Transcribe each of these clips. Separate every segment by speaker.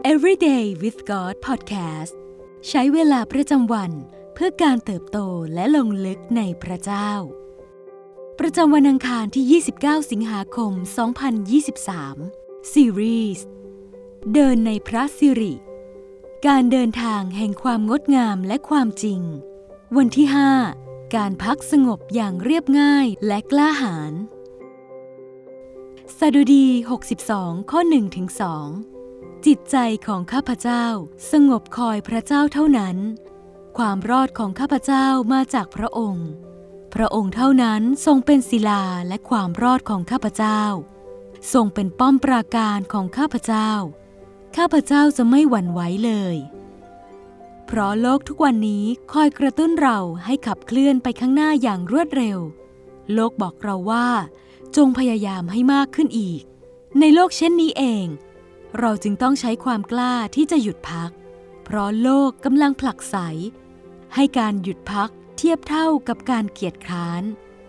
Speaker 1: Everyday with God Podcast ใช้เวลาประจำวันเพื่อการเติบโตและลงลึกในพระเจ้าประจำวันอังคารที่ 29 สิงหาคม 2023 ซีรีส์เดินในพระสิริการเดินทางแห่งความงดงามและความจริงวันที่ 5 การพักสงบอย่างเรียบง่ายและกล้าหาญสดุดี 62 ข้อ 1-2 จิตใจของข้าพเจ้าสงบคอยพระเจ้าเท่านั้นความรอดของข้าพเจ้ามาจากพระองค์พระองค์เท่านั้นทรงเป็นศิลาและความรอดของข้าพเจ้าทรงเป็นป้อมปราการของข้าพเจ้าข้าพเจ้าจะไม่หวั่นไหวเลยเพราะโลกทุกวันนี้คอยกระตุ้นเราให้ขับเคลื่อนไปข้างหน้าอย่างรวดเร็วโลกบอกเราว่าจงพยายามให้มากขึ้นอีกในโลกเช่นนี้เองเราจึงต้องใช้ความกล้าที่จะหยุดพักเพราะโลกกำลังผลักไสให้การหยุดพักเทียบเท่ากับการเกียจคร้าน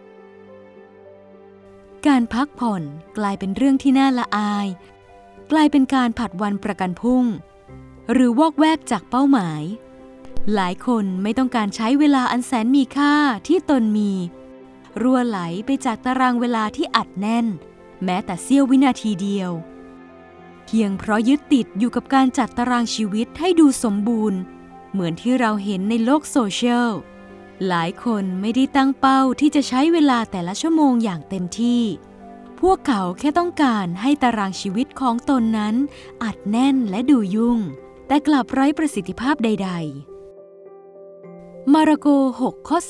Speaker 1: การพักผ่อนกลายเป็นเรื่องที่น่าละอายกลายเป็นการผัดวันประกันพรุ่งหรือวอกแวกจากเป้าหมายหลายคนไม่ต้องการใช้เวลาอันแสนมีค่าที่ตนมีรั่วไหลไปจากตารางเวลาที่อัดแน่นแม้แต่เสี้ยววินาทีเดียวเพียงเพราะยึดติดอยู่กับการจัดตารางชีวิตให้ดูสมบูรณ์เหมือนที่เราเห็นในโลกโซเชียลหลายคนไม่ได้ตั้งเป้าที่จะใช้เวลาแต่ละชั่วโมงอย่างเต็มที่พวกเขาแค่ต้องการให้ตารางชีวิตของตนนั้นอัดแน่นและดูยุ่งแต่กลับไร้ประสิทธิภาพใดๆมาระโก 6 ข้อ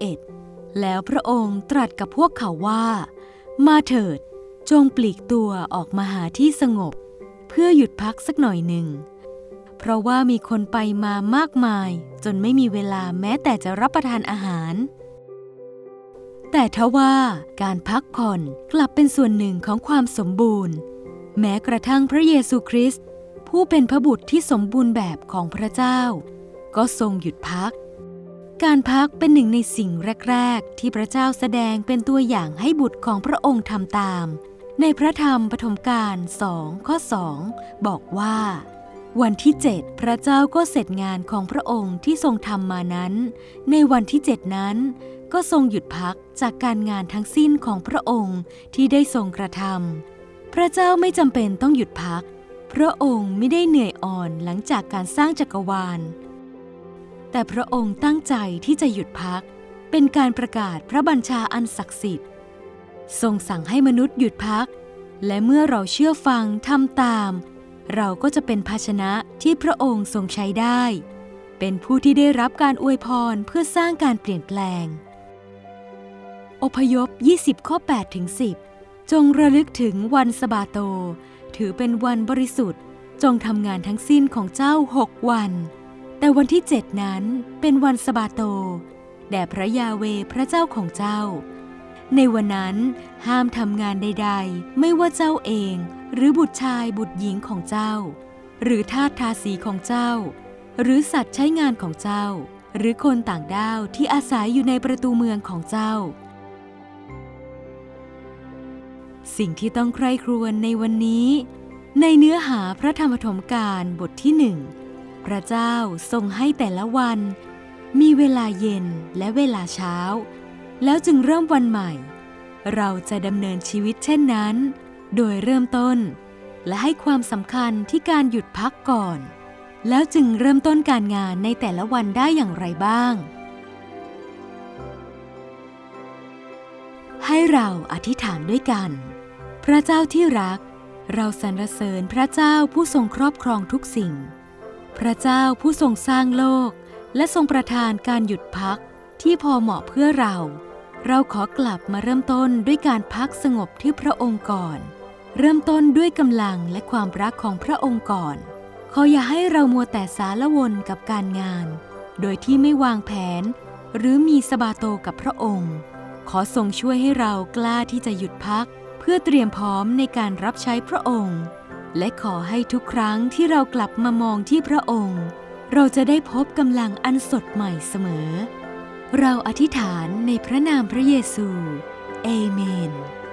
Speaker 1: 31แล้วพระองค์ตรัสกับพวกเขาว่ามาเถิดจงปลีกตัวออกมาหาที่สงบเพื่อหยุดพักสักหน่อยหนึ่งเพราะว่ามีคนไปมามากมายจนไม่มีเวลาแม้แต่จะรับประทานอาหารแต่ทว่าการพักผ่อนกลับเป็นส่วนหนึ่งของความสมบูรณ์แม้กระทั่งพระเยซูคริสต์ผู้เป็นพระบุตรที่สมบูรณ์แบบของพระเจ้าก็ทรงหยุดพักการพักเป็นหนึ่งในสิ่งแรกๆที่พระเจ้าแสดงเป็นตัวอย่างให้บุตรของพระองค์ทำตามในพระธรรมปฐมกาล 2 ข้อ 2 บอกว่าวันที่ 7 พระเจ้าก็เสร็จงานของพระองค์ที่ทรงทำมานั้นในวันที่ 7 นั้นก็ทรงหยุดพักจากการงานทั้งสิ้นของพระองค์ที่ได้ทรงกระทำพระเจ้าไม่จำเป็นต้องหยุดพักพระองค์ไม่ได้เหนื่อยอ่อนหลังจากการสร้างจักรวาลแต่พระองค์ตั้งใจที่จะหยุดพักเป็นการประกาศพระบัญชาอันศักดิ์สิทธิ์ทรงสั่งให้มนุษย์หยุดพักและเมื่อเราเชื่อฟังทำตามเราก็จะเป็นภาชนะที่พระองค์ทรงใช้ได้เป็นผู้ที่ได้รับการอวยพรเพื่อสร้างการเปลี่ยนแปลงอพยพ 20 ข้อ 8-10 จงระลึกถึงวันสะบาโตถือเป็นวันบริสุทธิ์จงทำงานทั้งสิ้นของเจ้า6 วันแต่วันที่ 7 นั้นเป็นวันสะบาโตแด่พระยาเวห์พระเจ้าของเจ้าในวันนั้นห้ามทำงานใดๆไม่ว่าเจ้าเองหรือบุตรชายบุตรหญิงของเจ้าหรือทาสทาสีของเจ้าหรือสัตว์ใช้งานของเจ้าหรือคนต่างด้าวที่อาศัยอยู่ในประตูเมืองของเจ้าสิ่งที่ต้องใคร่ครวญในวันนี้ในเนื้อหาพระธรรมธมกาลบทที่ 1พระเจ้าทรงให้แต่ละวันมีเวลาเย็นและเวลาเช้าแล้วจึงเริ่มวันใหม่เราจะดำเนินชีวิตเช่นนั้นโดยเริ่มต้นและให้ความสำคัญที่การหยุดพักก่อนแล้วจึงเริ่มต้นการงานในแต่ละวันได้อย่างไรบ้างให้เราอธิษฐานด้วยกันพระเจ้าที่รักเราสรรเสริญพระเจ้าผู้ทรงครอบครองทุกสิ่งพระเจ้าผู้ทรงสร้างโลกและทรงประทานการหยุดพักที่พอเหมาะเพื่อเราขอกลับมาเริ่มต้นด้วยการพักสงบที่พระองค์ก่อนเริ่มต้นด้วยกำลังและความรักของพระองค์ก่อนขออย่าให้เรามัวแต่สารวนกับการงานโดยที่ไม่วางแผนหรือมีสะบาโตกับพระองค์ขอทรงช่วยให้เรากล้าที่จะหยุดพักเพื่อเตรียมพร้อมในการรับใช้พระองค์และขอให้ทุกครั้งที่เรากลับมามองที่พระองค์เราจะได้พบกำลังอันสดใหม่เสมอเราอธิษฐานในพระนามพระเยซูเอเมน